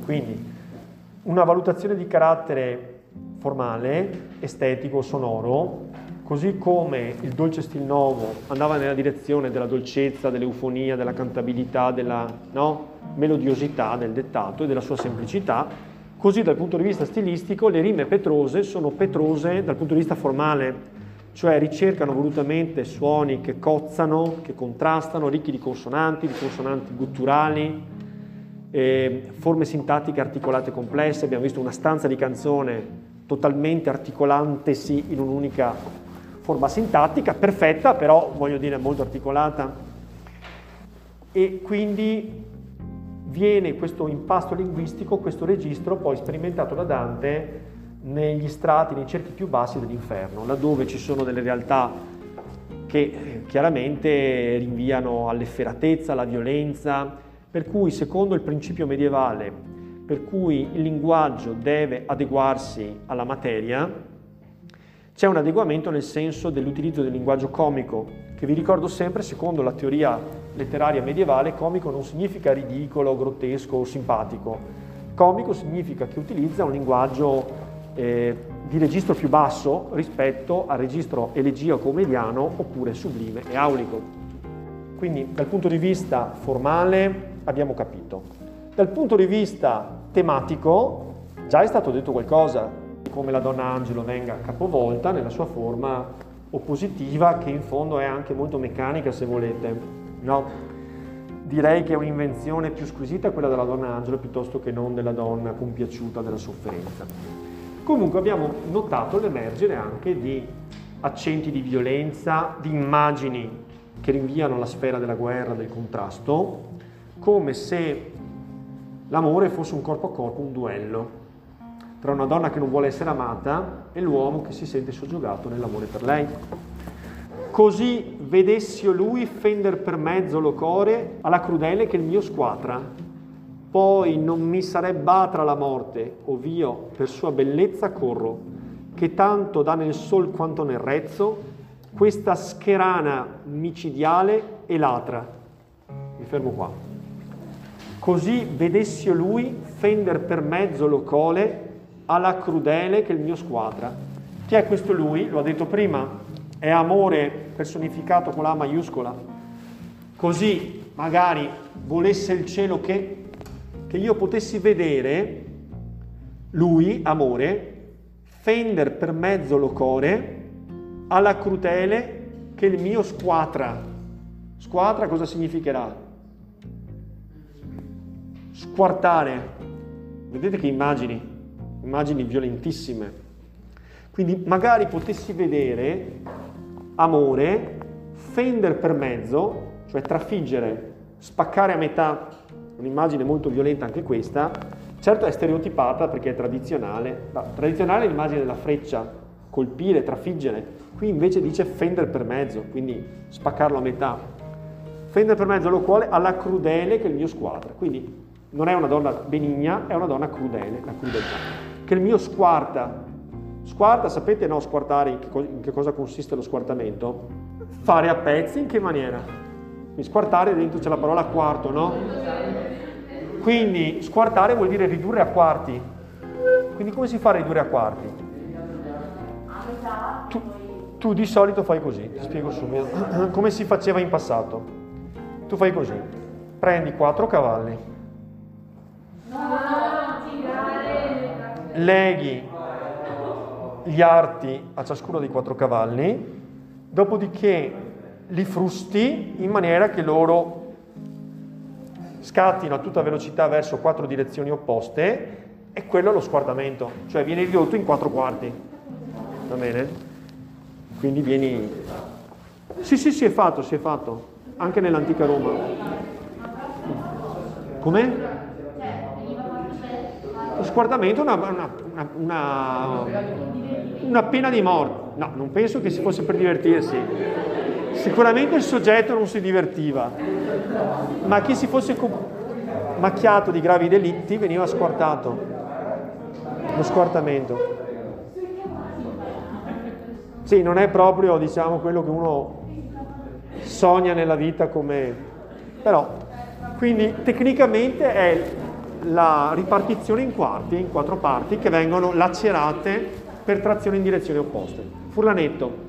Quindi una valutazione di carattere formale, estetico, sonoro, così come il dolce stil novo andava nella direzione della dolcezza, dell'eufonia, della cantabilità, della melodiosità del dettato e della sua semplicità, così dal punto di vista stilistico le rime petrose sono petrose dal punto di vista formale, cioè ricercano volutamente suoni che cozzano, che contrastano, ricchi di consonanti gutturali, forme sintattiche articolate e complesse. Abbiamo visto una stanza di canzone totalmente articolantesi in un'unica forma sintattica, perfetta, però voglio dire molto articolata, e quindi viene questo impasto linguistico, questo registro poi sperimentato da Dante negli strati, nei cerchi più bassi dell'inferno, laddove ci sono delle realtà che chiaramente rinviano all'efferatezza, alla violenza, per cui secondo il principio medievale, per cui il linguaggio deve adeguarsi alla materia, c'è un adeguamento nel senso dell'utilizzo del linguaggio comico, che vi ricordo sempre, secondo la teoria letteraria medievale, comico non significa ridicolo, grottesco o simpatico. Comico significa che utilizza un linguaggio di registro più basso rispetto al registro elegiaco-comediano oppure sublime e aulico. Quindi dal punto di vista formale abbiamo capito. Dal punto di vista tematico già è stato detto qualcosa, come la donna angelo venga capovolta nella sua forma oppositiva, che in fondo è anche molto meccanica, se volete, no? Direi che è un'invenzione più squisita quella della donna angelo piuttosto che non della donna compiaciuta della sofferenza. Comunque abbiamo notato l'emergere anche di accenti di violenza, di immagini che rinviano alla sfera della guerra, del contrasto, come se l'amore fosse un corpo a corpo, un duello tra una donna che non vuole essere amata e l'uomo che si sente soggiogato nell'amore per lei. Così vedessio lui fender per mezzo lo core alla crudele che il mio squatra. Poi non mi sarebbe tra la morte, ov'io per sua bellezza corro, che tanto dà nel sol quanto nel rezzo, questa scherana micidiale e latra. Mi fermo qua. Così vedessio lui fender per mezzo lo cole alla crudele che il mio squadra. Chi è questo lui? Lo ha detto prima, è amore personificato con la maiuscola. Così magari volesse il cielo che io potessi vedere lui, amore, fender per mezzo lo core alla crudele che il mio squatra. Squatra cosa significherà? Squartare. Vedete che immagini violentissime. Quindi magari potessi vedere amore, fender per mezzo, cioè trafiggere, spaccare a metà, un'immagine molto violenta anche questa. Certo è stereotipata perché è tradizionale. Tradizionale è l'immagine della freccia, colpire, trafiggere. Qui invece dice fender per mezzo, quindi spaccarlo a metà. Fender per mezzo lo quale alla crudele che il mio squadra. Quindi non è una donna benigna, è una donna crudele, la crudeltà. Che il mio squarta. Squarta, sapete no, squartare in che cosa consiste lo squartamento? Fare a pezzi in che maniera? Quindi squartare dentro c'è la parola quarto, no? Quindi squartare vuol dire ridurre a quarti. Quindi come si fa a ridurre a quarti? Tu di solito fai così, ti spiego subito. Come si faceva in passato? Tu fai così, prendi 4 cavalli, leghi gli arti a ciascuno dei 4 cavalli, dopodiché li frusti in maniera che loro scattino a tutta velocità verso 4 direzioni opposte, e quello è lo squartamento, cioè viene ridotto in 4 quarti. Va bene? Quindi vieni... Sì, si è fatto, anche nell'antica Roma. Com'è? Lo squartamento è una pena di morte. No, non penso che si fosse per divertirsi. Sicuramente il soggetto non si divertiva, ma chi si fosse macchiato di gravi delitti veniva squartato. Lo squartamento. Sì, non è proprio, diciamo, quello che uno sogna nella vita come... Però, quindi tecnicamente è la ripartizione in quarti, in 4 parti, che vengono lacerate per trazione in direzioni opposte. Furlanetto.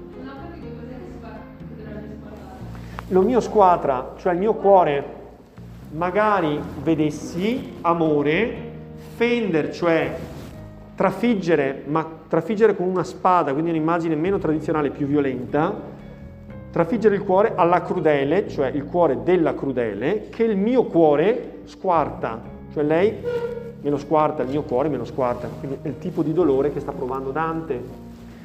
Lo mio squadra, cioè il mio cuore, magari vedessi amore, fender, cioè trafiggere, ma trafiggere con una spada, quindi un'immagine meno tradizionale, più violenta, trafiggere il cuore alla crudele, cioè il cuore della crudele, che il mio cuore squarta, cioè lei me lo squarta, il mio cuore me lo squarta, quindi è il tipo di dolore che sta provando Dante.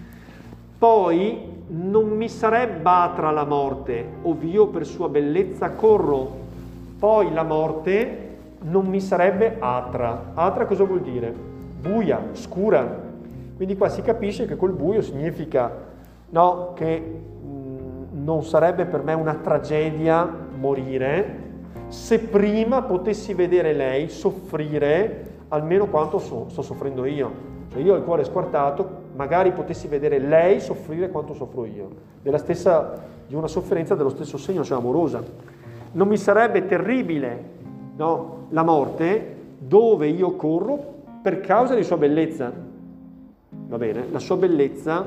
Poi non mi sarebbe atra la morte, ov'io per sua bellezza corro. Poi la morte non mi sarebbe atra. Atra cosa vuol dire? Buia, scura. Quindi qua si capisce che col buio significa, no, che non sarebbe per me una tragedia morire se prima potessi vedere lei soffrire almeno quanto sto soffrendo io. Cioè io ho il cuore squartato, magari potessi vedere lei soffrire quanto soffro io, di una sofferenza dello stesso segno, cioè amorosa. Non mi sarebbe terribile, no, la morte dove io corro per causa di sua bellezza. Va bene? La sua bellezza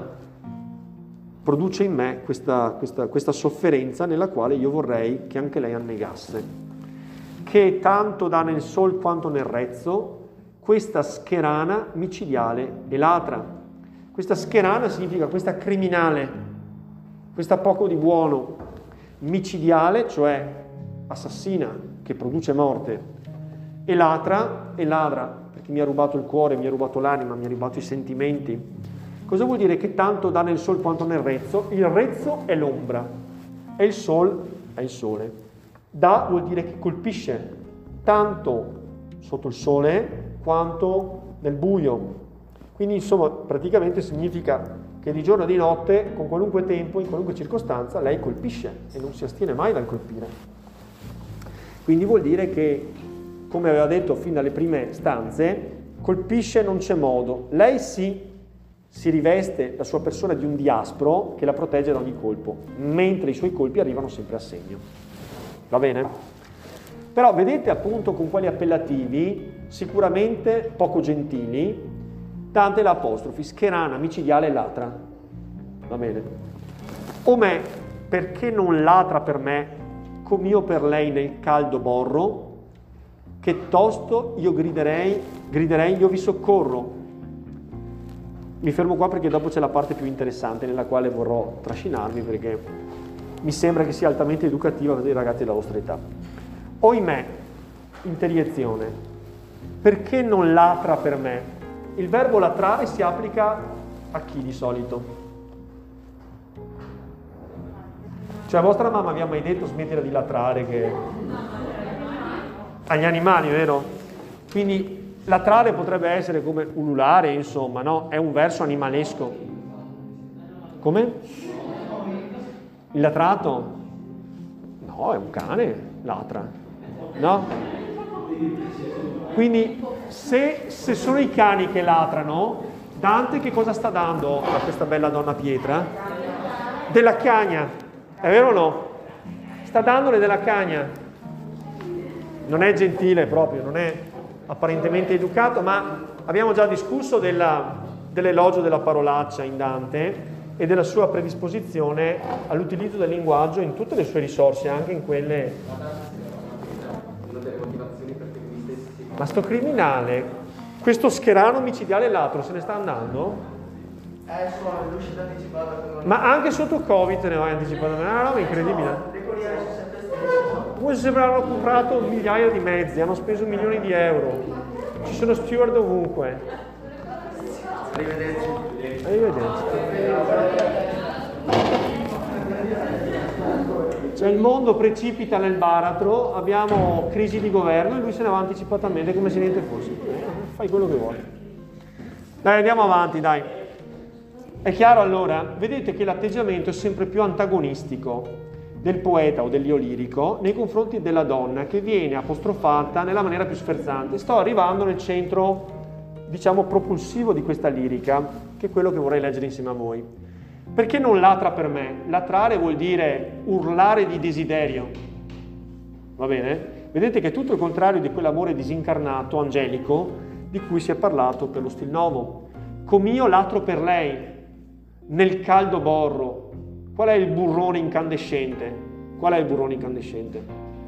produce in me questa sofferenza nella quale io vorrei che anche lei annegasse. Che tanto dà nel sol quanto nel rezzo questa scherana micidiale e latra. Questa scherana significa questa criminale, questa poco di buono, micidiale, cioè assassina, che produce morte, e ladra, perché mi ha rubato il cuore, mi ha rubato l'anima, mi ha rubato i sentimenti. Cosa vuol dire che tanto dà nel sol quanto nel rezzo? Il rezzo è l'ombra e il sol è il sole. Dà vuol dire che colpisce tanto sotto il sole quanto nel buio. Quindi insomma praticamente significa che di giorno e di notte, con qualunque tempo, in qualunque circostanza, lei colpisce e non si astiene mai dal colpire. Quindi vuol dire che, come aveva detto fin dalle prime stanze, colpisce non c'è modo. Lei si riveste la sua persona di un diaspro che la protegge da ogni colpo, mentre i suoi colpi arrivano sempre a segno. Va bene? Però vedete appunto con quali appellativi, sicuramente poco gentili, Dante l'apostrofi, scherana, micidiale e latra. Va bene? O me, perché non latra per me, com'io per lei nel caldo borro, che tosto io griderei, io vi soccorro. Mi fermo qua perché dopo c'è la parte più interessante nella quale vorrò trascinarmi, perché mi sembra che sia altamente educativa per i ragazzi della vostra età. Oimè, interiezione, perché non latra per me? Il verbo latrare si applica a chi di solito? Cioè vostra mamma vi ha mai detto smettila di latrare agli animali, vero? Quindi latrare potrebbe essere come ululare, insomma, no? È un verso animalesco. Come? Il latrato? No, è un cane, latra, no? Quindi se sono i cani che latrano, Dante che cosa sta dando a questa bella donna pietra? Della cagna, è vero o no? Sta dandole della cagna. Non è gentile proprio, non è apparentemente educato, ma abbiamo già discusso dell'elogio della parolaccia in Dante e della sua predisposizione all'utilizzo del linguaggio in tutte le sue risorse, anche in quelle... Ma sto criminale, questo scherano micidiale latro se ne sta andando? L'uscita anticipata. Ma anche sotto Covid te ne vai anticipato, è una roba incredibile. Come se avranno comprato migliaia di mezzi, hanno speso milioni di euro, ci sono steward ovunque. Arrivederci. Cioè il mondo precipita nel baratro, abbiamo crisi di governo e lui se ne va anticipatamente come se niente fosse. Fai quello che vuoi. Dai, andiamo avanti, dai. È chiaro allora? Vedete che l'atteggiamento è sempre più antagonistico del poeta o dell'io lirico nei confronti della donna che viene apostrofata nella maniera più sferzante. Sto arrivando nel centro, diciamo, propulsivo di questa lirica, che è quello che vorrei leggere insieme a voi. Perché non latra per me? Latrare vuol dire urlare di desiderio, va bene? Vedete che è tutto il contrario di quell'amore disincarnato, angelico, di cui si è parlato per lo stil novo. Com'io latro per lei, nel caldo borro. Qual è il burrone incandescente? Qual è il burrone incandescente?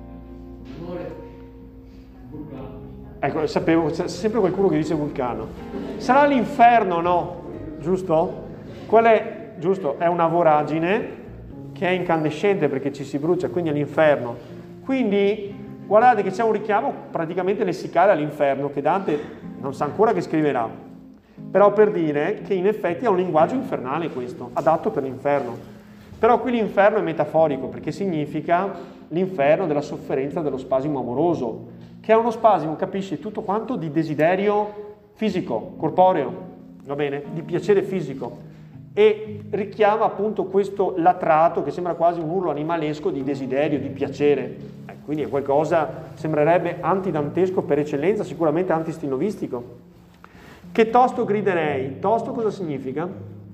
Ecco, sapevo, c'è sempre qualcuno che dice vulcano. Sarà l'inferno, no? Giusto? Qual è? Giusto? È una voragine che è incandescente perché ci si brucia, quindi è l'inferno. Quindi guardate che c'è un richiamo praticamente lessicale all'inferno che Dante non sa ancora che scriverà, però per dire che in effetti è un linguaggio infernale questo, adatto per l'inferno. Però qui l'inferno è metaforico perché significa l'inferno della sofferenza dello spasimo amoroso, che è uno spasimo, capisci, tutto quanto di desiderio fisico, corporeo, va bene? Di piacere fisico. E richiama appunto questo latrato che sembra quasi un urlo animalesco di desiderio, di piacere. Quindi è qualcosa, sembrerebbe antidantesco per eccellenza, sicuramente antistilnovistico. Che tosto griderei? Tosto cosa significa?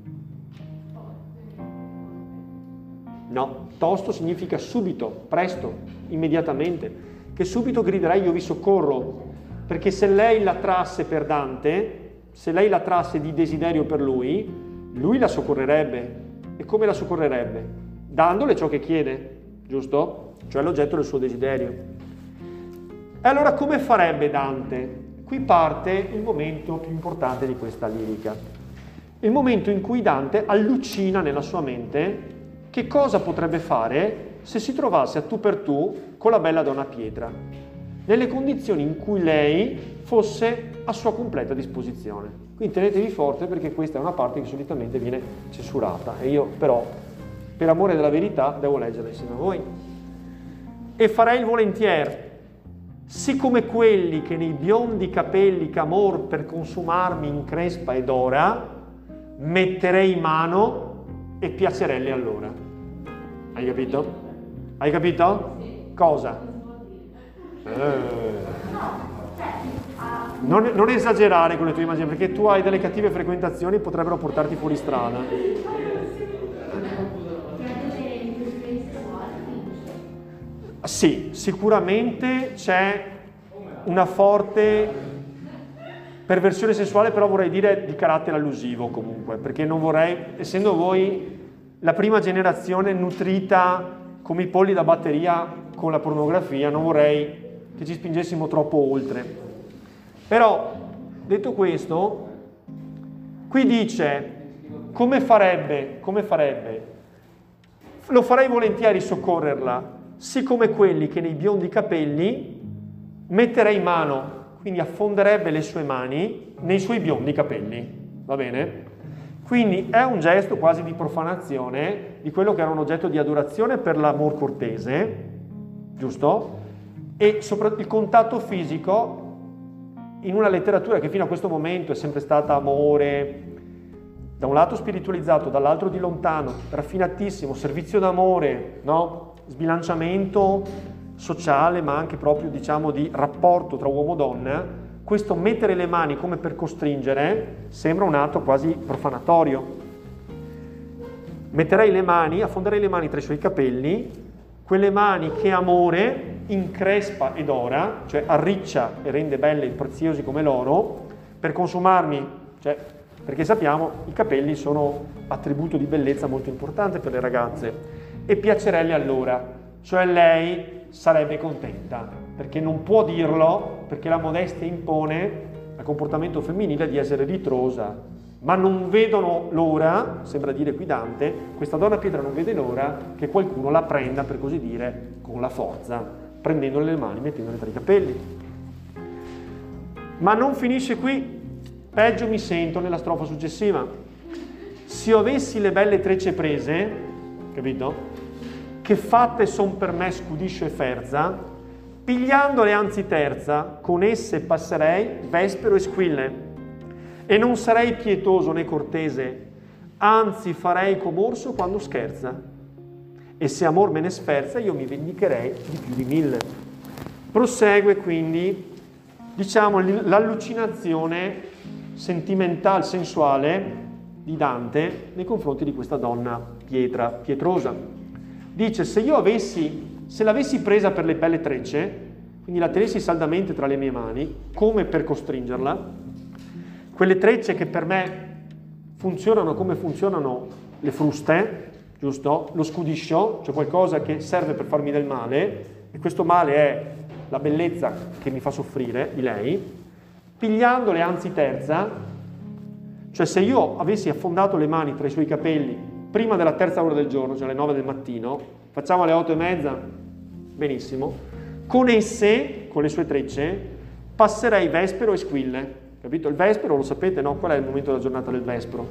No, tosto significa subito, presto, immediatamente. Che subito griderei io vi soccorro, perché se lei la trasse per Dante, se lei la trasse di desiderio per lui la soccorrerebbe. E come la soccorrerebbe? Dandole ciò che chiede, giusto? Cioè l'oggetto del suo desiderio. E allora come farebbe Dante? Qui parte il momento più importante di questa lirica. Il momento in cui Dante allucina nella sua mente che cosa potrebbe fare se si trovasse a tu per tu con la bella donna Pietra, nelle condizioni in cui lei fosse a sua completa disposizione. Quindi tenetevi forte perché questa è una parte che solitamente viene censurata e io però, per amore della verità, devo leggerla insieme a voi. E farei il volentieri, sì come quelli che nei biondi capelli ch'amor per consumarmi in crespa ed ora, metterei mano e piacerelle allora. Hai capito? Hai capito? Cosa? Non esagerare con le tue immagini, perché tu hai delle cattive frequentazioni e potrebbero portarti fuori strada. Sì, sicuramente c'è una forte perversione sessuale, però vorrei dire di carattere allusivo comunque, perché non vorrei, essendo voi la prima generazione nutrita come i polli da batteria con la pornografia, non vorrei che ci spingessimo troppo oltre. Però, detto questo, qui dice, come farebbe? Lo farei volentieri soccorrerla, sì come quelli che nei biondi capelli metterei mano, quindi affonderebbe le sue mani nei suoi biondi capelli, va bene? Quindi è un gesto quasi di profanazione di quello che era un oggetto di adorazione per l'amor cortese, giusto? E soprattutto il contatto fisico in una letteratura che fino a questo momento è sempre stata amore, da un lato spiritualizzato, dall'altro di lontano, raffinatissimo, servizio d'amore, no? Sbilanciamento sociale, ma anche proprio, diciamo, di rapporto tra uomo e donna. Questo mettere le mani come per costringere sembra un atto quasi profanatorio. Metterei le mani, affonderei le mani tra i suoi capelli, quelle mani che amore increspa ed ora, cioè arriccia e rende belle e preziosi come l'oro, per consumarmi, cioè, perché sappiamo i capelli sono attributo di bellezza molto importante per le ragazze, e piacerelle allora, cioè lei sarebbe contenta, perché non può dirlo, perché la modestia impone al comportamento femminile di essere ritrosa, ma non vedono l'ora, sembra dire qui Dante, questa donna Pietra non vede l'ora che qualcuno la prenda, per così dire, con la forza, prendendole le mani, mettendole tra i capelli. Ma non finisce qui, peggio mi sento nella strofa successiva. Se io avessi le belle trecce prese, capito? Che fatte son per me scudiscio e ferza, pigliandole anzi terza, con esse passerei vespero e squille, e non sarei pietoso né cortese, anzi farei comorso quando scherza, e se amor me ne sferza io mi vendicherei di più di 1000. Prosegue quindi, diciamo, l'allucinazione sentimentale, sensuale di Dante nei confronti di questa donna Pietrosa. Dice, se l'avessi presa per le belle trecce, quindi la tenessi saldamente tra le mie mani, come per costringerla, quelle trecce che per me funzionano come funzionano le fruste, giusto? Lo scudiscio, cioè qualcosa che serve per farmi del male, e questo male è la bellezza che mi fa soffrire di lei, pigliandole anzi terza, cioè se io avessi affondato le mani tra i suoi capelli prima della terza ora del giorno, cioè alle 9 del mattino, facciamo alle 8:30, benissimo, con esse, con le sue trecce, passerei vespero e squille, capito? Il vespero, lo sapete, no? Qual è il momento della giornata del vespro?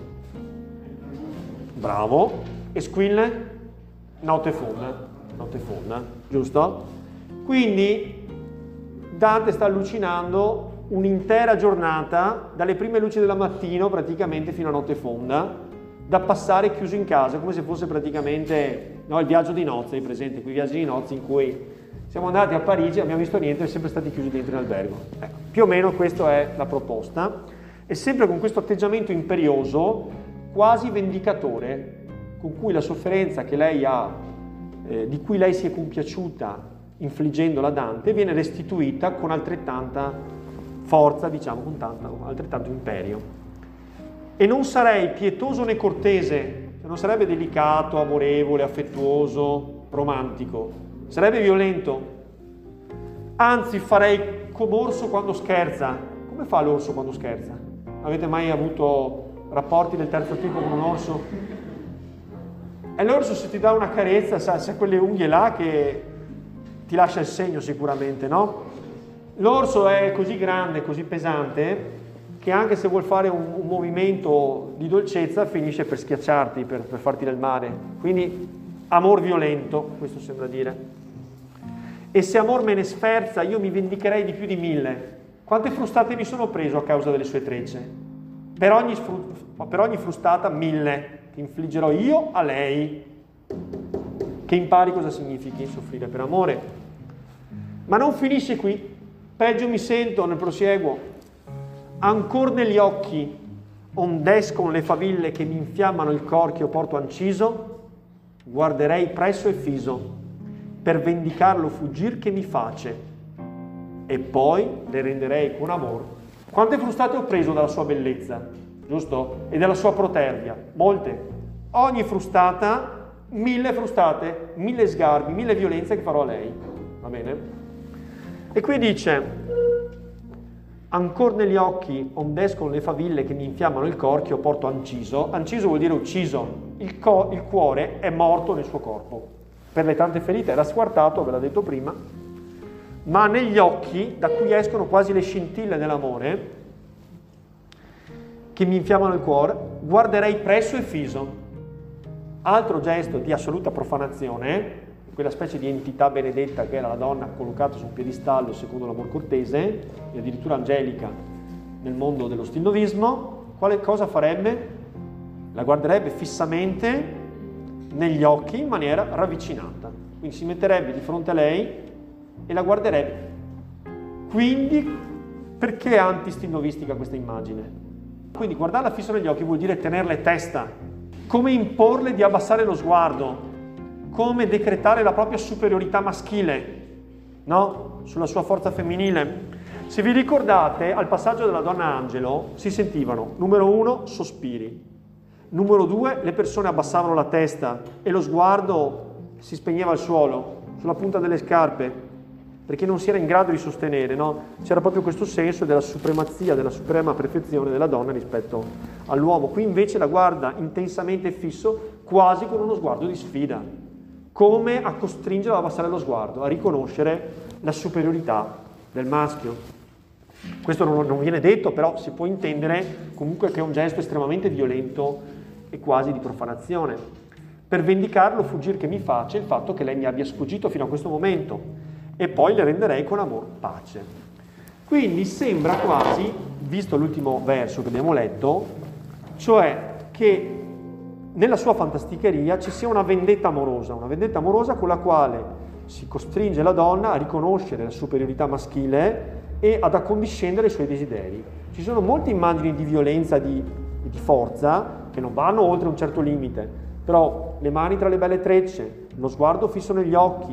Bravo. E squille? Notte fonda, giusto? Quindi Dante sta allucinando un'intera giornata, dalle prime luci della mattino praticamente fino a notte fonda, da passare chiuso in casa, come se fosse praticamente, no, il viaggio di nozze, hai presente, quei viaggi di nozze in cui siamo andati a Parigi, abbiamo visto niente, siamo sempre stati chiusi dentro in albergo. Ecco, più o meno questa è la proposta, e sempre con questo atteggiamento imperioso, quasi vendicatore, con cui la sofferenza che lei ha, di cui lei si è compiaciuta infliggendola a Dante, viene restituita con altrettanta forza, diciamo, con altrettanto imperio. E non sarei pietoso né cortese, non sarebbe delicato, amorevole, affettuoso, romantico, sarebbe violento. Anzi, farei come orso quando scherza. Come fa l'orso quando scherza? Avete mai avuto rapporti del terzo tipo con un orso? E l'orso, se ti dà una carezza, sa quelle unghie là che ti lascia il segno sicuramente, no? L'orso è così grande, così pesante, che anche se vuol fare un movimento di dolcezza finisce per schiacciarti, per farti del male. Quindi amor violento, questo sembra dire. E se amor me ne sferza, io mi vendicherei di più di 1000. Quante frustate mi sono preso a causa delle sue trecce? Per ogni frustata 1000 che infliggerò io a lei, che impari cosa significhi soffrire per amore. Ma non finisce qui, peggio mi sento nel prosieguo. Ancor negli occhi ond'escon le faville che mi infiammano il cor che io porto anciso, guarderei presso e fiso, per vendicarlo fuggir che mi face, e poi le renderei con amor. Quante frustate ho preso dalla sua bellezza, giusto? E dalla sua protervia? Molte. Ogni frustata, 1000 frustate, 1000 sgarbi, 1000 violenze che farò a lei. Va bene? E qui dice: ancor negli occhi ond'escono le faville che mi infiammano il cor che io porto anciso. Anciso vuol dire ucciso. Il cuore è morto nel suo corpo. Per le tante ferite era squartato, ve l'ho detto prima, ma negli occhi, da cui escono quasi le scintille dell'amore, che mi infiammano il cuore, guarderei presso e fiso. Altro gesto di assoluta profanazione, quella specie di entità benedetta che era la donna collocata su un piedistallo secondo l'amor cortese, e addirittura angelica nel mondo dello stilnovismo, quale cosa farebbe? La guarderebbe fissamente negli occhi in maniera ravvicinata. Quindi si metterebbe di fronte a lei e la guarderebbe. Quindi, perché è antistilnovistica questa immagine? Quindi guardarla fisso negli occhi vuol dire tenerle testa, come imporle di abbassare lo sguardo, come decretare la propria superiorità maschile, no? Sulla sua forza femminile. Se vi ricordate, al passaggio della donna angelo si sentivano, numero 1, sospiri, numero 2, le persone abbassavano la testa e lo sguardo si spegneva al suolo, sulla punta delle scarpe, perché non si era in grado di sostenere, no? C'era proprio questo senso della supremazia, della suprema perfezione della donna rispetto all'uomo. Qui invece la guarda intensamente fisso, quasi con uno sguardo di sfida, come a costringerla ad abbassare lo sguardo, a riconoscere la superiorità del maschio. Questo non viene detto, però si può intendere comunque che è un gesto estremamente violento e quasi di profanazione. Per vendicarlo, fuggir che mi face il fatto che lei mi abbia sfuggito fino a questo momento, e poi le renderei con amor pace. Quindi sembra quasi, visto l'ultimo verso che abbiamo letto, cioè che nella sua fantasticheria ci sia una vendetta amorosa con la quale si costringe la donna a riconoscere la superiorità maschile e ad accondiscendere ai suoi desideri. Ci sono molte immagini di violenza e di forza che non vanno oltre un certo limite, però le mani tra le belle trecce, lo sguardo fisso negli occhi, il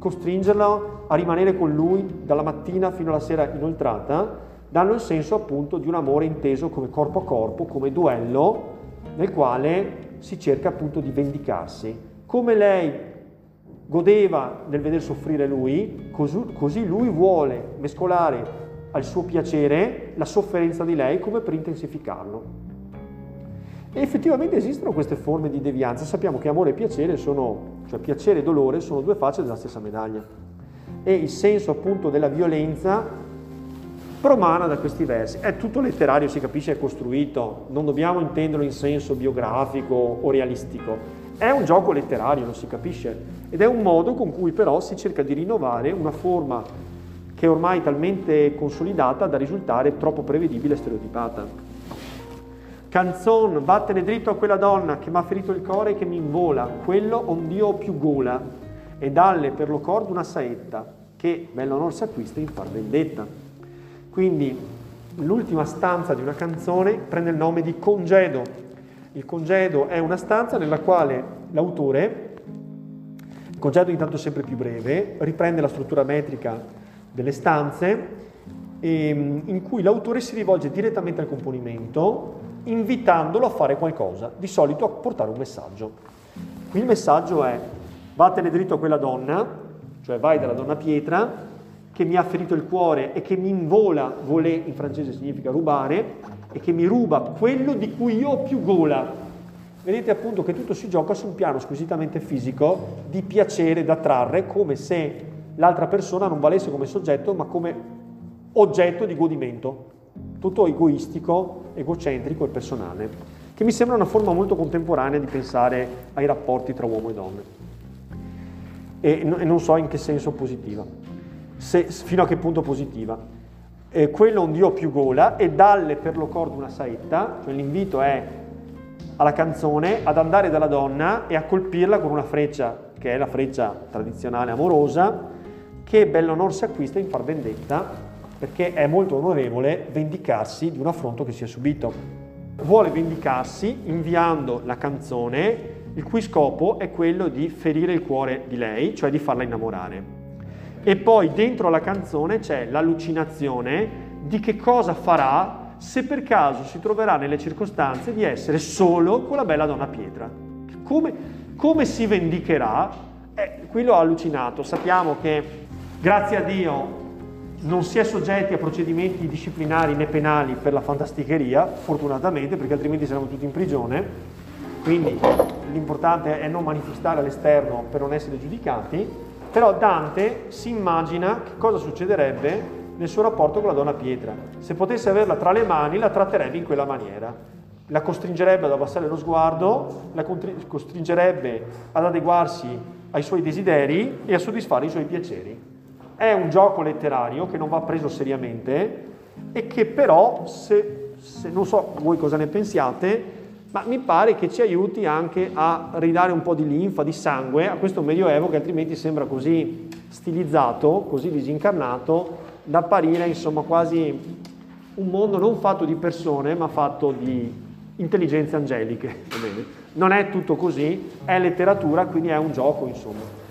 costringerla a rimanere con lui dalla mattina fino alla sera inoltrata, danno il senso appunto di un amore inteso come corpo a corpo, come duello, nel quale si cerca appunto di vendicarsi. Come lei godeva nel veder soffrire lui, così lui vuole mescolare al suo piacere la sofferenza di lei come per intensificarlo. E effettivamente esistono queste forme di devianza. Sappiamo che amore e piacere cioè piacere e dolore sono due facce della stessa medaglia. E il senso appunto della violenza promana da questi versi. È tutto letterario, si capisce, è costruito, non dobbiamo intenderlo in senso biografico o realistico. È un gioco letterario, lo si capisce, ed è un modo con cui però si cerca di rinnovare una forma che è ormai talmente consolidata da risultare troppo prevedibile e stereotipata. Canzon, vattene dritto a quella donna che m'ha ferito il core e che mi invola, quello ond'io ho più gola, e dalle per lo cordo una saetta, che bello onor s'acquista in far vendetta. Quindi l'ultima stanza di una canzone prende il nome di congedo. Il congedo è una stanza nella quale l'autore, il congedo intanto sempre più breve, riprende la struttura metrica delle stanze, in cui l'autore si rivolge direttamente al componimento, invitandolo a fare qualcosa, di solito a portare un messaggio. Qui il messaggio è: vattene dritto a quella donna, cioè vai dalla donna pietra, che mi ha ferito il cuore e che mi invola, volé in francese significa rubare, e che mi ruba quello di cui io ho più gola. Vedete appunto che tutto si gioca su un piano squisitamente fisico di piacere da trarre, come se l'altra persona non valesse come soggetto, ma come oggetto di godimento. Tutto egoistico, egocentrico e personale, che mi sembra una forma molto contemporanea di pensare ai rapporti tra uomo e donna. E non so in che senso positiva, fino a che punto positiva. Quello un Dio più gola, e dalle per lo cordo una saetta, cioè l'invito è alla canzone ad andare dalla donna e a colpirla con una freccia, che è la freccia tradizionale amorosa, che bello onor si acquista in far vendetta, perché è molto onorevole vendicarsi di un affronto che si è subito. Vuole vendicarsi inviando la canzone, il cui scopo è quello di ferire il cuore di lei, cioè di farla innamorare. E poi dentro la canzone c'è l'allucinazione di che cosa farà se per caso si troverà nelle circostanze di essere solo con la bella donna pietra. Come si vendicherà? Qui l'ho allucinato. Sappiamo che, grazie a Dio, non si è soggetti a procedimenti disciplinari né penali per la fantasticheria, fortunatamente, perché altrimenti saremmo tutti in prigione. Quindi l'importante è non manifestare all'esterno per non essere giudicati. Però Dante si immagina che cosa succederebbe nel suo rapporto con la donna pietra. Se potesse averla tra le mani, la tratterebbe in quella maniera. La costringerebbe ad abbassare lo sguardo, la costringerebbe ad adeguarsi ai suoi desideri e a soddisfare i suoi piaceri. È un gioco letterario che non va preso seriamente e che però, se non so voi cosa ne pensiate, ma mi pare che ci aiuti anche a ridare un po' di linfa, di sangue a questo Medioevo che altrimenti sembra così stilizzato, così disincarnato, da apparire insomma quasi un mondo non fatto di persone ma fatto di intelligenze angeliche. Va bene? Non è tutto così, è letteratura, quindi è un gioco insomma.